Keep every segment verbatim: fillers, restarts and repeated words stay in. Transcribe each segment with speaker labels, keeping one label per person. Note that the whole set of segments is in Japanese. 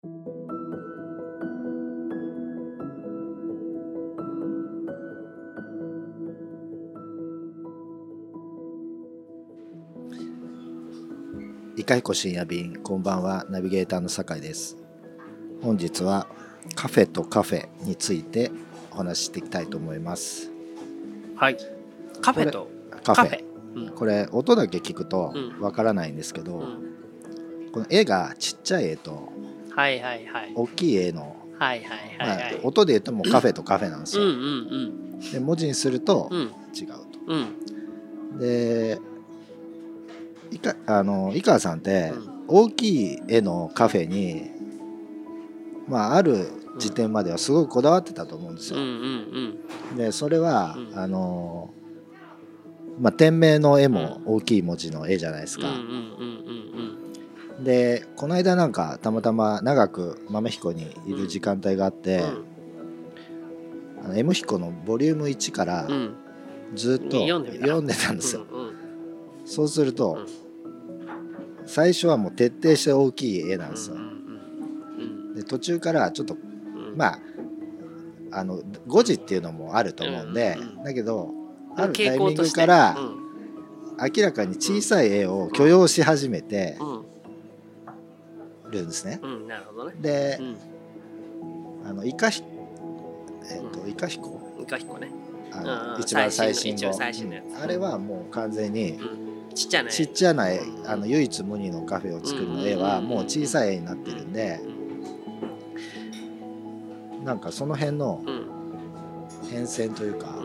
Speaker 1: いかひこ深夜便、こんばんは。ナビゲーターの酒井です。本日はカフェとカフェについてお話ししていきたいと思います。
Speaker 2: はい。カフェと
Speaker 1: カフェ、
Speaker 2: カフェ、うん、
Speaker 1: これ音だけ聞くとわからないんですけど、うん、この絵がちっちゃい絵と
Speaker 2: はいはいはい、
Speaker 1: 大きい絵の、
Speaker 2: はいはいはいはい、
Speaker 1: まあ、音で言うともうカフェとカフェなんですよ。
Speaker 2: うんうんうん、
Speaker 1: で文字にすると違うと、うん、でいかあの井川さんって大きい絵のカフェに、まあ、ある時点まではすごくこだわってたと思うんですよ。うんうんうん、でそれは、うん、あのまあ、店名の絵も大きい文字の絵じゃないですか。でこの間なんかたまたま長く豆彦にいる時間帯があって、うん、あの M 彦のボリュームいちからずっと読んでたんですよ。うんうん、そうすると、うん、最初はもう徹底して大きい絵なんですよ。で途中からちょっと、うん、まああのごじっていうのもあると思うんで、うんうん、だけどあるタイミングから明らかに小さい絵を許容し始めてるんですね。
Speaker 2: うんうん、なるほどね。
Speaker 1: で、うん、あのイカヒえっとイカヒコ
Speaker 2: イカヒコね。
Speaker 1: あの一番最新の、
Speaker 2: 最新のやつ、
Speaker 1: うん、あれはもう完全に、
Speaker 2: うん、ちっちゃな
Speaker 1: ちっちゃな絵、あの唯一無二のカフェを作るの絵はもう小さい絵になってるんで、なんかその辺の変遷というか、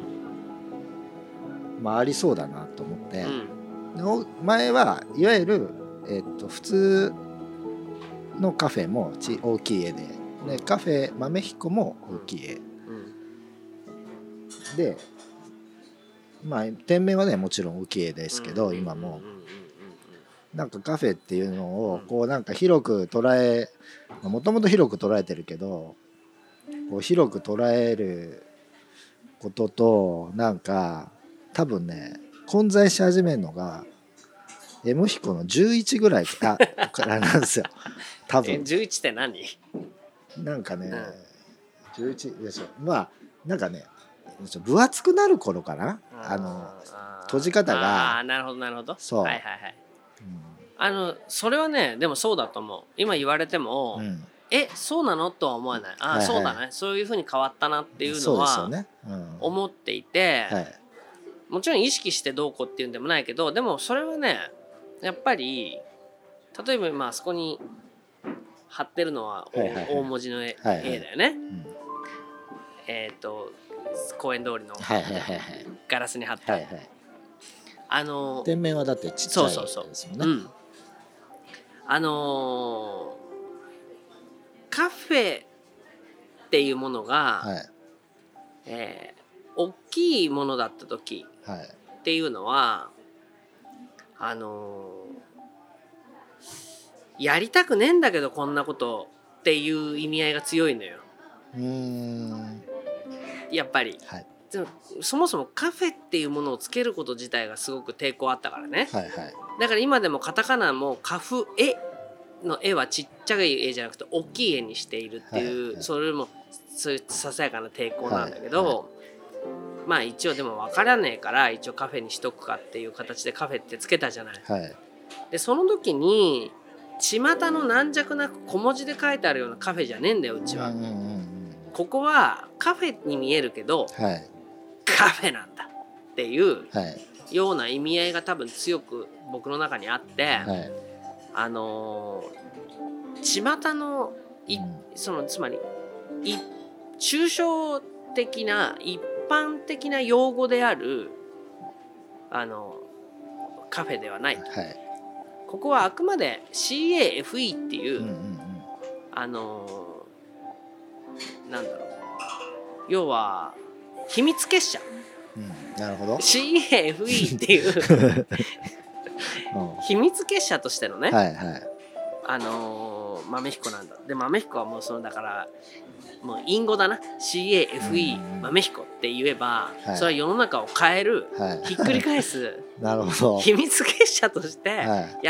Speaker 1: まあありそうだなと思って、で前はいわゆる、えっと、普通のカフェもち大きい絵で、でカフェ豆彦も大きい絵で、まあ店名はねもちろん大きい絵ですけど、今もなんかカフェっていうのをこうなんか広く捉え、もともと広く捉えてるけど、こう広く捉えることとなんか多分ね混在し始めるのが M 彦のじゅういちぐらいからなんですよ。多分
Speaker 2: えじゅういちって何？
Speaker 1: なんかね、うん、じゅういちでしょ。まあなんかね分厚くなる頃かな、あの閉じ方が。
Speaker 2: ああなるほどなるほど。
Speaker 1: そう、
Speaker 2: はいはいはい、うん、あのそれはねでもそうだと思う。今言われても、うん、えそうなのとは思わない。ああ、はいはい、そうだね、そういう風に変わったなっていうのは思っていて、はい、もちろん意識してどうこうっていうんでもないけど、でもそれはねやっぱり例えばまあそこに貼ってるのは大文字の絵だよね。えっと公園通りのガラスに貼った、はいはい、あの
Speaker 1: 店面はだってちっちゃいですもんね。そうそうそう、うん、
Speaker 2: あのー、カフェっていうものが、はい、えー、大きいものだった時っていうのは、はい、あのー、やりたくねえんだけどこんなことっていう意味合いが強いのよ。うーんやっぱり、はい、でもそもそもカフェっていうものをつけること自体がすごく抵抗あったからね、はいはい、だから今でもカタカナもカフエの絵はちっちゃい絵じゃなくて大きい絵にしているっていう、はいはい、それもそういうささやかな抵抗なんだけど、はいはい、まあ一応でも分からねえから一応カフェにしとくかっていう形でカフェってつけたじゃない、はい、でその時に巷の軟弱な小文字で書いてあるようなカフェじゃねえんだようちは、うんうんうん、ここはカフェに見えるけど、はい、カフェなんだっていうような意味合いが多分強く僕の中にあって、はい、あのー、巷のい、うん、そのつまりい抽象的な一般的な用語であるあのカフェではない、はい、ここはあくまで シーエーエフイー っていう、うんうんうん、あのー、なんだろう要は秘密結社、
Speaker 1: うん、なるほど
Speaker 2: シーエーエフイー っていう秘密結社としてのね、はいはい、あのー、豆彦なんだ。で豆彦はもうそのだからもう隠語だな シーエーエフイー 豆彦って言えば、はい、それは世の中を変える、はい、ひっくり返す
Speaker 1: なるほど
Speaker 2: 秘密結社としてやっ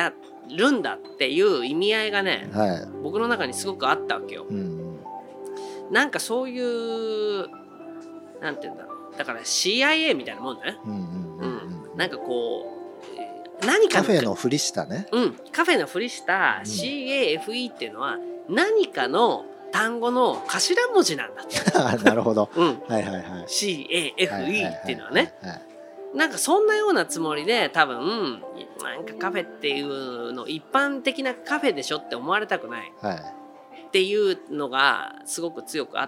Speaker 2: るんだっていう意味合いがね、
Speaker 1: はい、
Speaker 2: 僕の中にすごくあったわけよ、うん、なんかそういうなんて言うんだろう、だから シーアイエー みたいなもんだね、うんうんうんうん、なんかこう何かの
Speaker 1: カフェのふりしたね、
Speaker 2: うん、カフェのふりした シーエーエフイー っていうのは何かの単語の頭文字なんだって
Speaker 1: なるほど、
Speaker 2: うん、
Speaker 1: はいはいはい、
Speaker 2: シーエーエフイー っていうのはね、なんかそんなようなつもりで多分なんかカフェっていうの一般的なカフェでしょって思われたくない、はい、っていうのがすごく強くあって、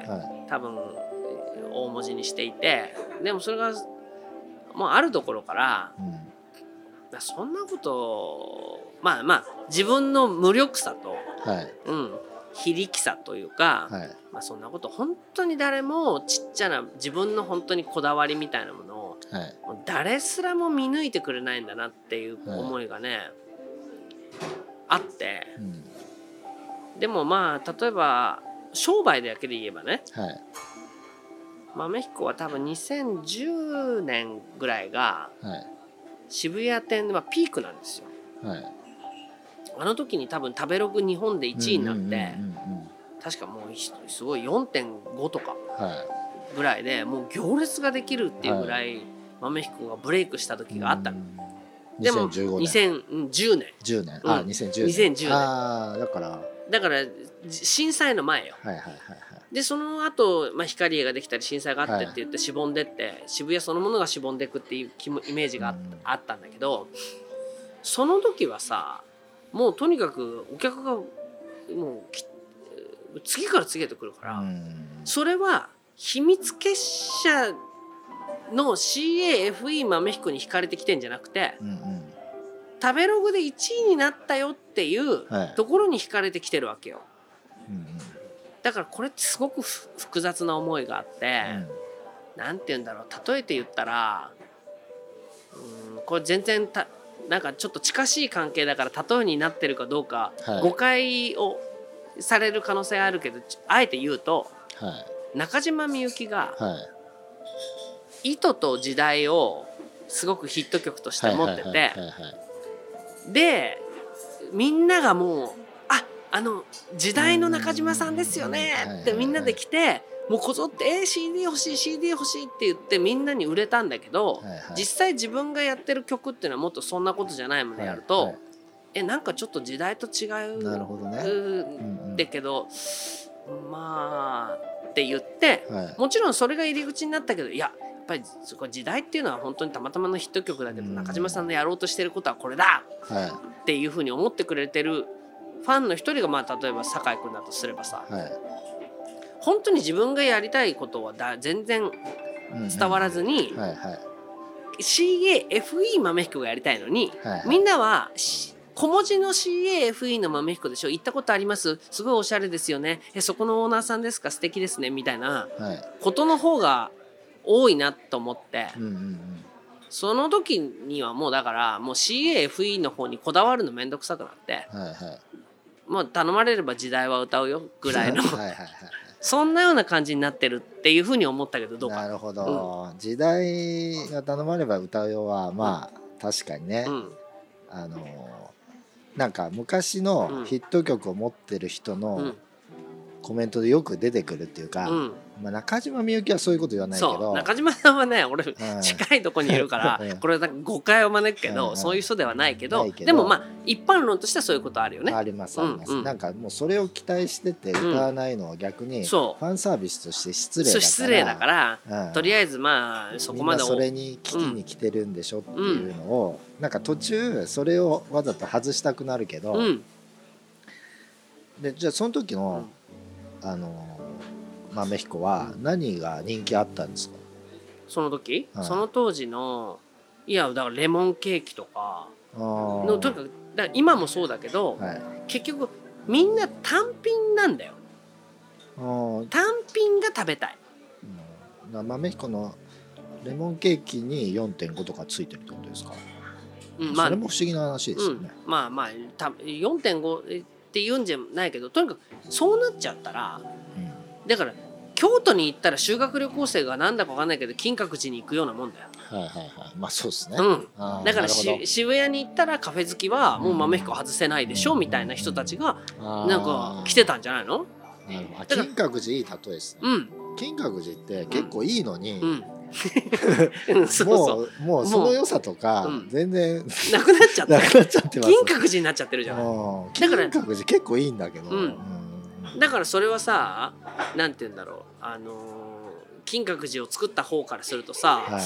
Speaker 2: はい、多分大文字にしていて、でもそれがもうあるところから、うん、そんなことまあまあ自分の無力さと、はい、うん、非力さというか、はい、まあ、そんなこと本当に誰もちっちゃな自分の本当にこだわりみたいなものを、はい、もう誰すらも見抜いてくれないんだなっていう思いがね、はい、あって、うん、でもまあ例えば商売だけで言えばね、はい、豆彦は多分にせんじゅうねんぐらいが渋谷店ではピークなんですよ、はい、あの時に多分食べログ日本でいちいになって、確かもうすごい よんてんご とかぐらいでもう行列ができるっていうぐらい豆彦がブレイクした時があったの、でもにせんじゅうねん
Speaker 1: じゅうねん、あ、うん、にせんじゅうねん、
Speaker 2: にせんじゅうねん、
Speaker 1: あ、だから
Speaker 2: だから震災の前よ、はいはいはいはい、でその後、まあ光栄ができたり震災があってって言ってしぼんでって、はい、渋谷そのものがしぼんでいくっていうイメージが あ,、うん、あったんだけど、その時はさもうとにかくお客がもう次から次へと来るから、うん、それは秘密結社の シーエーエフイー 豆彦に惹かれてきてんじゃなくて、うんうん、食べログでいちいになったよっていうところに惹かれてきてるわけよ、うんうん、だからこれってすごく複雑な思いがあって、うん、なんて言うんだろう、例えて言ったら、うん、これ全然たなんかちょっと近しい関係だから例えになってるかどうか、はい、誤解をされる可能性あるけどあえて言うと、はい、中島みゆきが、はい、糸と時代をすごくヒット曲として持ってて、でみんながもうああの時代の中島さんですよねってみんなで来てもうこぞってえー、シーディー 欲しい シーディー 欲しいって言ってみんなに売れたんだけど、はいはい、実際自分がやってる曲っていうのはもっとそんなことじゃないものやると、はいはい、えなんかちょっと時代と違う、なるほどね、うんだけどまあって言って、はい、もちろんそれが入り口になったけどいややっぱりそこ時代っていうのは本当にたまたまのヒット曲だけど、うん、中島さんのやろうとしてることはこれだ、はい、っていうふうに思ってくれてるファンの一人がまあ例えば酒井君だとすればさ、はい、本当に自分がやりたいことはだ全然伝わらずに、うんうんはいはい、シーエーエフイー 豆彦がやりたいのに、はいはい、みんなは小文字の シーエーエフイー の豆彦でしょ、行ったことあります、すごいおしゃれですよね、えそこのオーナーさんですか、素敵ですねみたいなことの方が多いなと思って、うんうんうん、その時にはもうだからもう シーエーエフイー の方にこだわるのめんどくさくなって、はいはい、もう頼まれれば時代は歌うよぐらいのはいはい、はい、そんなような感じになってるっていうふうに思ったけどどうかな。
Speaker 1: なるほど、うん、時代が頼まれば歌うよはまあ、うん、確かにね、うん、あのなんか昔のヒット曲を持ってる人のコメントでよく出てくるっていうか、うんまあ、中島みゆきはそういうこと言わないけど、
Speaker 2: そう中島さんはね俺近いとこにいるからこれなんか誤解を招くけど、うん、そういう人ではないけど、でもまあ一般論としてはそういうことあるよね。
Speaker 1: ありますあります、うんうん、なんかもうそれを期待してて歌わないのは逆にファンサービスとして失礼だから、
Speaker 2: 失礼だから、うん、とりあえずまあそこまで
Speaker 1: みんなそれに聞きに来てるんでしょっていうのを、うん、なんか途中それをわざと外したくなるけど、うん、でじゃあその時の、うん、あの豆彦は何が人気あったんですか、
Speaker 2: その時、はい、その当時のいやだからレモンケーキとかのとにかくだから今もそうだけど、はい、結局みんな単品なんだよ。単品が食べたい、
Speaker 1: うん、豆彦のレモンケーキに よんてんご とかついてるってことですか、うんまあ、それも不思議な話ですよね、
Speaker 2: うん、まあまあた よんてんご って言うんじゃないけどとにかくそうなっちゃったら、うん、だから京都に行ったら修学旅行生がなんだか分かんないけど金閣寺に行くようなもんだよ。
Speaker 1: はいはいはい。まあそうですね。
Speaker 2: うん、だからし渋谷に行ったらカフェ好きはもう豆彦外せないでしょみたいな人たちがなんか来てたんじゃないの？
Speaker 1: なるほど。金閣寺いい例えですね。うん、金閣寺って結構いいのに、うんうん、そうそうもうもうその良さとか全然、うん、
Speaker 2: なくなっちゃって
Speaker 1: なくなっちゃってます。
Speaker 2: 金閣寺になっちゃってるじゃん。だ
Speaker 1: から金閣寺結構いいんだけど、うん
Speaker 2: うん、だからそれはさなんて言うんだろう、あのー、金閣寺を作った方からするとさ、はい、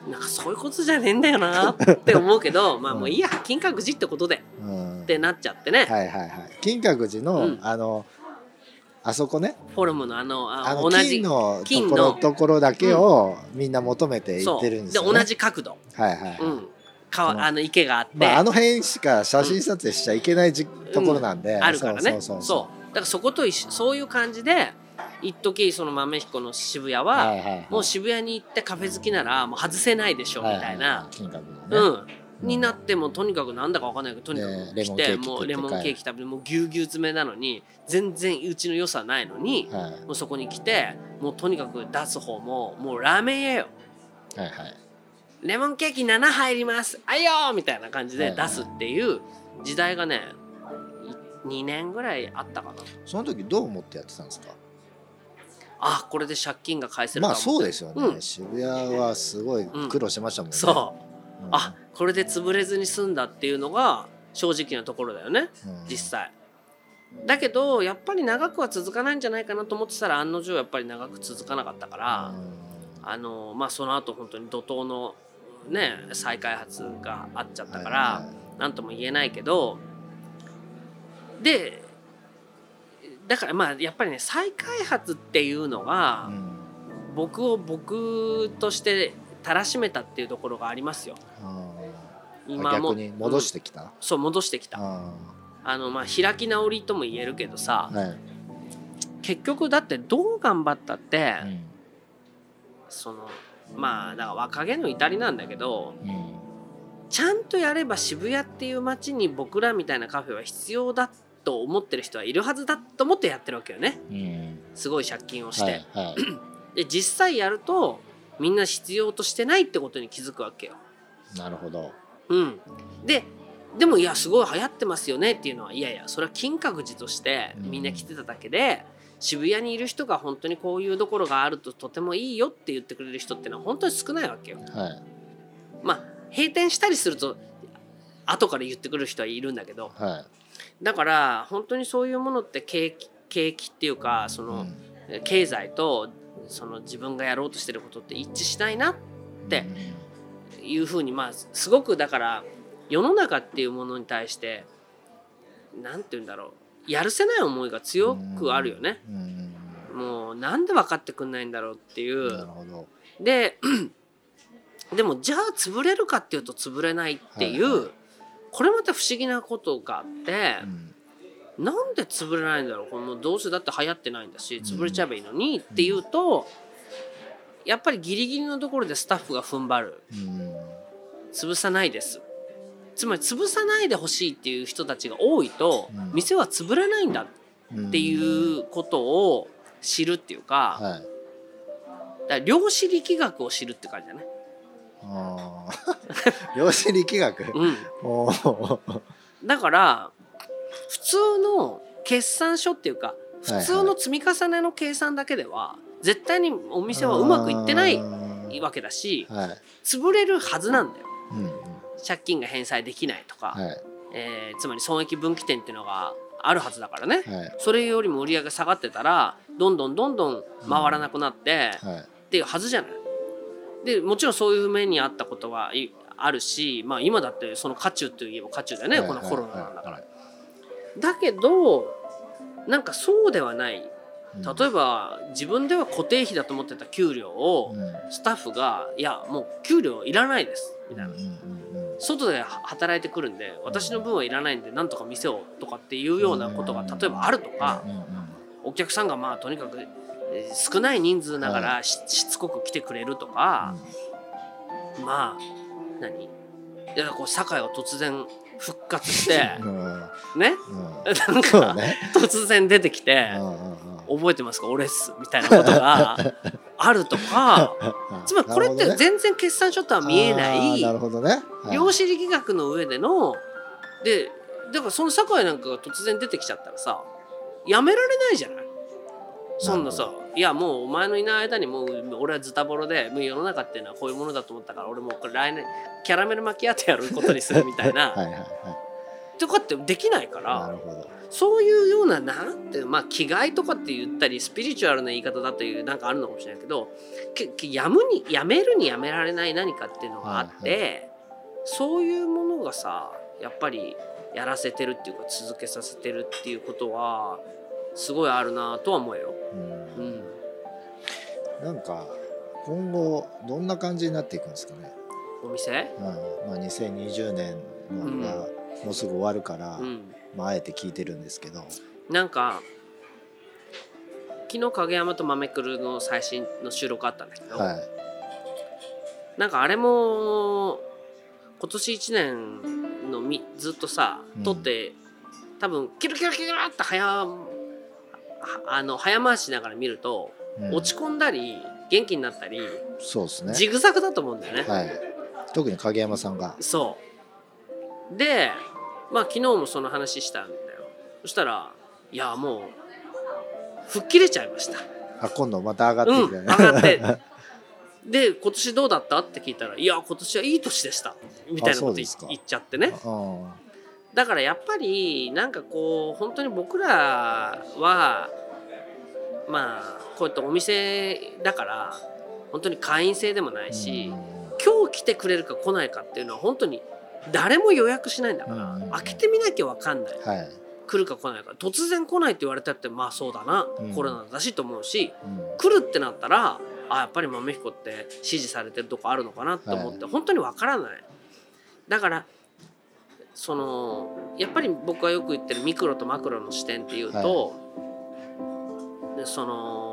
Speaker 2: なんかそういうことじゃねえんだよなって思うけどまあもういいや、金閣寺ってことで、うん、ってなっちゃってね。
Speaker 1: はいはいはい。金閣寺の、うん、あのあそこね、
Speaker 2: フォルムのあの、
Speaker 1: あの同じ金のところところだけをみんな求めていってるんですよね。
Speaker 2: で同じ角度、
Speaker 1: はいはい、うん、
Speaker 2: 川あの池があって、
Speaker 1: まあ、あの辺しか写真撮影しちゃいけないじ、うん、ところなんで、
Speaker 2: うん、あるからね。そうそうそうそう。だからそこと一緒、そういう感じで一時その豆彦の渋谷は、はいはいはい、もう渋谷に行ってカフェ好きならもう外せないでしょみたいな、はいはいはい、金閣寺ね、うん、になってもとにかくなんだか分かんないけどとにかく来てもうレモンケーキ食べてもうぎゅうぎゅう詰めなのに全然うちの良さないのに、はい、もうそこに来てもうとにかく出す方ももうラーメン屋よ、はいはい、レモンケーキなな入りますあいよーみたいな感じで出すっていう時代がねにねんぐらいあったかな。
Speaker 1: その時どう思ってやってたんですか？
Speaker 2: あ、これで借金が返せるかも。
Speaker 1: まあそうですよね、うん、渋谷はすごい苦労してましたもんね、うん、
Speaker 2: そう、うん、あ、これで潰れずに済んだっていうのが正直なところだよね、うん、実際。だけどやっぱり長くは続かないんじゃないかなと思ってたら案の定やっぱり長く続かなかったから、うん、あのまあその後本当に怒涛のね再開発があっちゃったから、はいはい、なんとも言えないけど、でだからまあやっぱりね再開発っていうのが、うん、僕を僕としてたらしめたっていうところがありますよ。
Speaker 1: 今も逆に戻してきた、うん、
Speaker 2: そう戻してきた。あのまあ開き直りとも言えるけどさ、はい、結局だってどう頑張ったって、うん、そのまあだから若気の至りなんだけど、うん、ちゃんとやれば渋谷っていう街に僕らみたいなカフェは必要だと思ってる人はいるはずだと思ってやってるわけよね、うん、すごい借金をして、はいはい、で実際やるとみんな必要としてないってことに気づくわけよ。
Speaker 1: なるほど、
Speaker 2: うん、ででもいやすごい流行ってますよねっていうのはいやいやそれは金閣寺としてみんな来てただけで、うん、渋谷にいる人が本当にこういうところがあるととてもいいよって言ってくれる人ってのは本当に少ないわけよ、はい、まあ閉店したりすると後から言ってくる人はいるんだけど、はい、だから本当にそういうものって景気、景気っていうかその、うん、経済とその自分がやろうとしてることって一致しないなっていうふうに、まあすごくだから世の中っていうものに対してなんて言うんだろうやるせない思いが強くあるよね。もうなんで分かってくんないんだろうっていう。なるほど。ででもじゃあ潰れるかっていうと潰れないっていう、はいはい、これまた不思議なことがあって、うん、なんで潰れないんだろう。もうどうせだって流行ってないんだし潰れちゃえばいいのにっていうと、うん、やっぱりギリギリのところでスタッフが踏ん張る、うん、潰さないです。つまり潰さないでほしいっていう人たちが多いと、うん、店は潰れないんだっていうことを知るっていうか、うんはい、だから量子力学を知るって感じだね。
Speaker 1: あ量子力学、うん、
Speaker 2: だから普通の決算書っていうか普通の積み重ねの計算だけでは絶対にお店はうまくいってないわけだし、はい、潰れるはずなんだよ、うん、借金が返済できないとか、はいえー、つまり損益分岐点っていうのがあるはずだからね、はい、それよりも売り上げ下がってたらどんどんどんどん回らなくなって、うんはい、っていうはずじゃない。でもちろんそういう目にあったことはあるし、まあ、今だってその渦中といえば渦中だよね、はいはいはいはい、このコロナなんだから、はい、だけどなんかそうではない。例えば自分では固定費だと思ってた給料をスタッフがいやもう給料いらないですみたいな、外で働いてくるんで私の分はいらないんでなんとか店をとかっていうようなことが例えばあるとか、お客さんがまあとにかく少ない人数ながら し, しつこく来てくれるとか、まあ何いやこう堺が突然復活してね、なんか突然出てきて覚えてますか俺っすみたいなことがあるとかつまりこれって全然決算書とは見えない
Speaker 1: なるほどね、
Speaker 2: 量子力学の上でのでだからその酒井なんかが突然出てきちゃったらさやめられないじゃない。そんなさいやもうお前のいない間にもう俺はズタボロでもう世の中っていうのはこういうものだと思ったから俺もこれ来年キャラメルマキアートやることにするみたいなはいはい、はい、とかってできないからなるほどそういうようななんてまあ気概とかって言ったりスピリチュアルな言い方だというなんかあるのかもしれないけどやむにやめるにやめられない何かっていうのがあって、はいはい、そういうものがさやっぱりやらせてるっていうか続けさせてるっていうことはすごいあるなとは思うよ。うん、うん
Speaker 1: なんか今後どんな感じになっていくんですかね
Speaker 2: お店、
Speaker 1: うんまあ、にせんにじゅうねんのがもうすぐ終わるから、うんまあ、あえて聞いてるんですけど
Speaker 2: なんか昨日影山と豆くるの最新の収録あったんだけど、はい、なんかあれも今年いちねんのみずっとさ撮って、うん、多分キルキルキルって早あの早回しながら見るとうん、落ち込んだり元気になったり
Speaker 1: そうですね
Speaker 2: ジグザグだと思うんだよね、
Speaker 1: はい、特に影山さんが
Speaker 2: そうでまあ昨日もその話したんだよ。そしたらいやもう吹っ切れちゃいました。
Speaker 1: あ今度また上がってきて、ねうん、
Speaker 2: 上がってで今年どうだったって聞いたらいや今年はいい年でしたみたいなこと言っちゃってね。だからやっぱりなんかこう本当に僕らはまあこうやってお店だから本当に会員制でもないし、今日来てくれるか来ないかっていうのは本当に誰も予約しないんだから、開けてみなきゃ分かんない、はい、来るか来ないか突然来ないって言われたってまあそうだな、うん、コロナだしと思うし、うん、来るってなったらあやっぱり豆彦って支持されてるとこあるのかなと思って、はい、本当に分からない。だからそのやっぱり僕がよく言ってるミクロとマクロの視点っていうと、はい、でその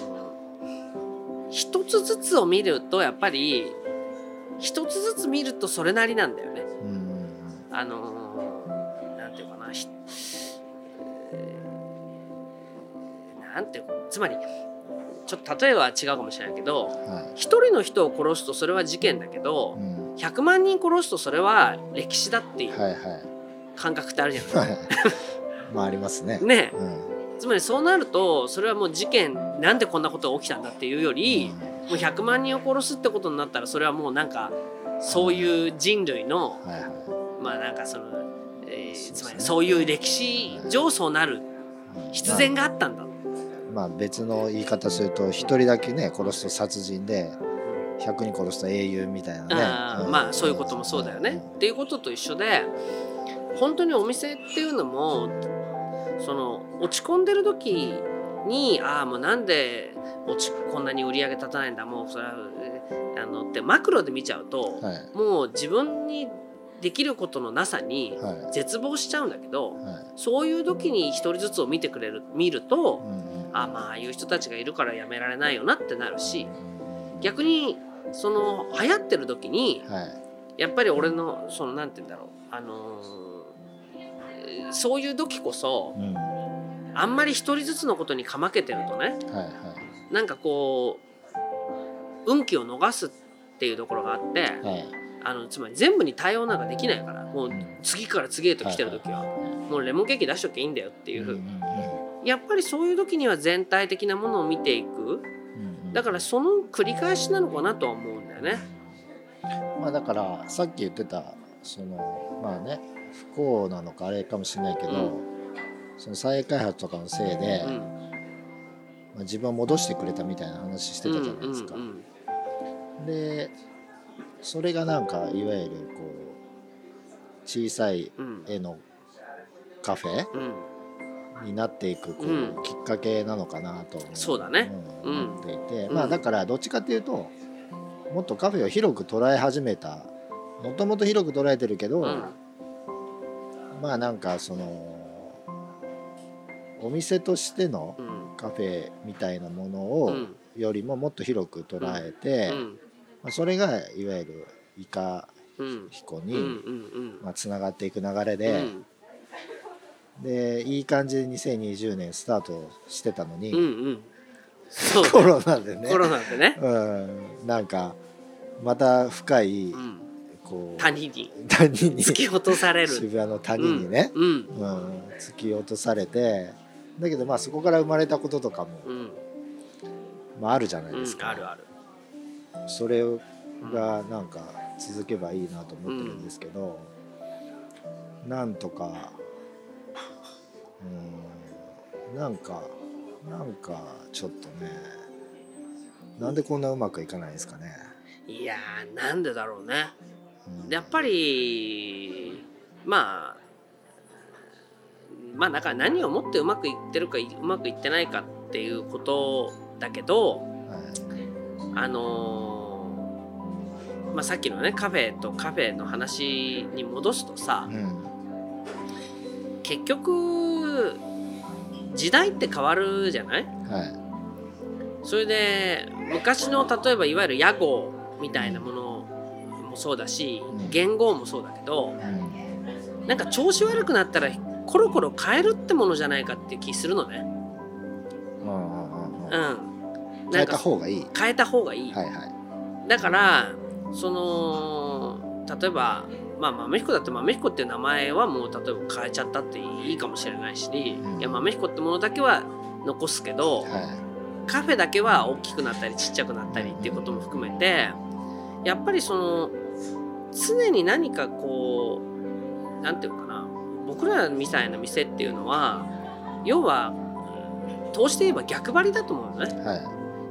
Speaker 2: 一つずつを見るとやっぱり一つずつ見るとそれなりなんだよね。うんあのなんていうかな、えー、なんていうかつまりちょっと例えは違うかもしれないけど、はい、一人の人を殺すとそれは事件だけど、うん、ひゃくまんにん殺すとそれは歴史だっていう感覚ってあるじゃないですか。はいはい、
Speaker 1: まあありますね。
Speaker 2: ね、うんつまりそうなるとそれはもう事件なんでこんなことが起きたんだっていうより、うん、もうひゃくまんにんを殺すってことになったらそれはもうなんかそういう人類の、はいはい、まあなんかその、えー、つまりそういう歴史上そうなる必然があったんだ、
Speaker 1: まあ、まあ別の言い方すると一人だけね殺すと殺人でひゃくにん殺すと英雄みたいなね、
Speaker 2: あ、うん、まあそういうこともそうだよね、うん、っていうことと一緒で本当にお店っていうのもその落ち込んでる時にああもうなんで落ちこんなに売り上げ立たないんだもうそれはあのってマクロで見ちゃうと、はい、もう自分にできることのなさに絶望しちゃうんだけど、はい、そういう時に一人ずつを見てくれる見ると、うん、ああまあああいう人たちがいるからやめられないよなってなるし、逆にその流行ってる時に、はい、やっぱり俺のそのなんて言うんだろうあのー、そういう時こそ、うん、あんまり一人ずつのことにかまけてるとね、はいはい、なんかこう運気を逃すっていうところがあって、はい、あのつまり全部に対応なんかできないからもう次から次へと来てる時は、はいはい、もうレモンケーキ出しときゃいいんだよっていう、うんうんうん、やっぱりそういう時には全体的なものを見ていく、うんうん、だからその繰り返しなのかなとは思うんだよね。
Speaker 1: まあ、だからさっき言ってたそのまあね不幸なのかあれかもしれないけど、うん、その再開発とかのせいで、うんまあ、自分を戻してくれたみたいな話してたじゃないですか、うんうんうん、でそれがなんかいわゆるこう小さい絵のカフェ、うん、になっていくこう、うん、きっかけなのかなと
Speaker 2: そうだね、
Speaker 1: うん、思っていて、うん、まあだからどっちかっていうともっとカフェを広く捉え始めたもともと広く捉えてるけど、うん、まあなんかそのお店としてのカフェみたいなものをよりももっと広く捉えて、うんうんまあ、それがいわゆるイカ彦につながっていく流れで、 でいい感じでにせんにじゅうねんスタートしてたのに、
Speaker 2: うんうん、そう
Speaker 1: コロナでね
Speaker 2: コロナでね、
Speaker 1: うん、なんかまた深い、うん、
Speaker 2: こう谷に
Speaker 1: 谷に
Speaker 2: 突き落とされる
Speaker 1: 渋谷の谷にね、うんうん、突き落とされて、だけどまあそこから生まれたこととかも、うん、まあ、あるじゃないですか、
Speaker 2: うん、あるある。
Speaker 1: それがなんか続けばいいなと思ってるんですけど、うん、なんとかうんなんかなんかちょっとね、なんでこんなうまくいかないんですかね。
Speaker 2: いやーなんでだろうね、うん、やっぱりまあまあだから何をもってうまくいってるかうまくいってないかっていうことだけど、はい、あのー、まあさっきのねカフェとカフェの話に戻すとさ、うん、結局時代って変わるじゃない、はい、それで昔の例えばいわゆる屋号みたいなものもそうだし、元号もそうだけど、なんか調子悪くなったらコロコロ変えるってものじゃないかっていう気するのね。うん。
Speaker 1: 変えた方がいい。
Speaker 2: 変えた方がいい。はいはい。だからその例えばまあ豆彦だって豆彦っていう名前はもう例えば変えちゃったっていいかもしれないし、うん、いや豆彦ってものだけは残すけど、はい、カフェだけは大きくなったりちっちゃくなったりっていうことも含めて、やっぱりその常に何かこうなんていうかな、僕らみたいな店っていうのは要は通して言えば逆張りだと思うよね、はい、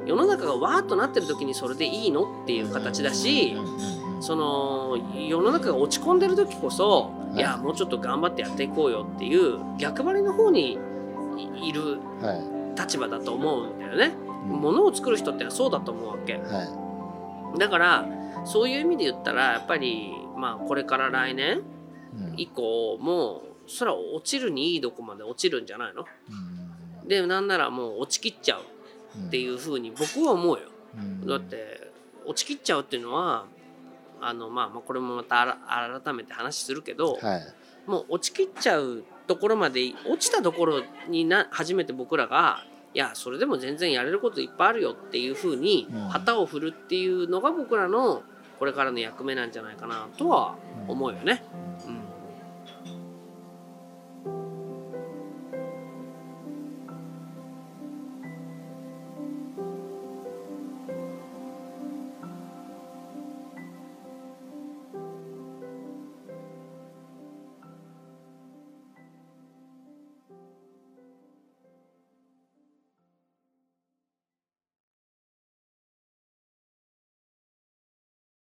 Speaker 2: 世の中がわーっとなってる時にそれでいいのっていう形だし、その世の中が落ち込んでる時こそ、はい、いやもうちょっと頑張ってやっていこうよっていう逆張りの方にいる立場だと思うんだよね、はい、物を作る人ってのはそうだと思うわけ、はい、だからそういう意味で言ったらやっぱりまあこれから来年以降もそれは落ちるにいいどこまで落ちるんじゃないの、うん、でなんならもう落ちきっちゃうっていうふうに僕は思うよ、うん、だって落ちきっちゃうっていうのはあの、まあ、まあこれもまた改めて話するけど、はい、もう落ちきっちゃうところまで落ちたところにな初めて僕らがいやそれでも全然やれることいっぱいあるよっていうふうに旗を振るっていうのが僕らのこれからの役目なんじゃないかなとは思うよね、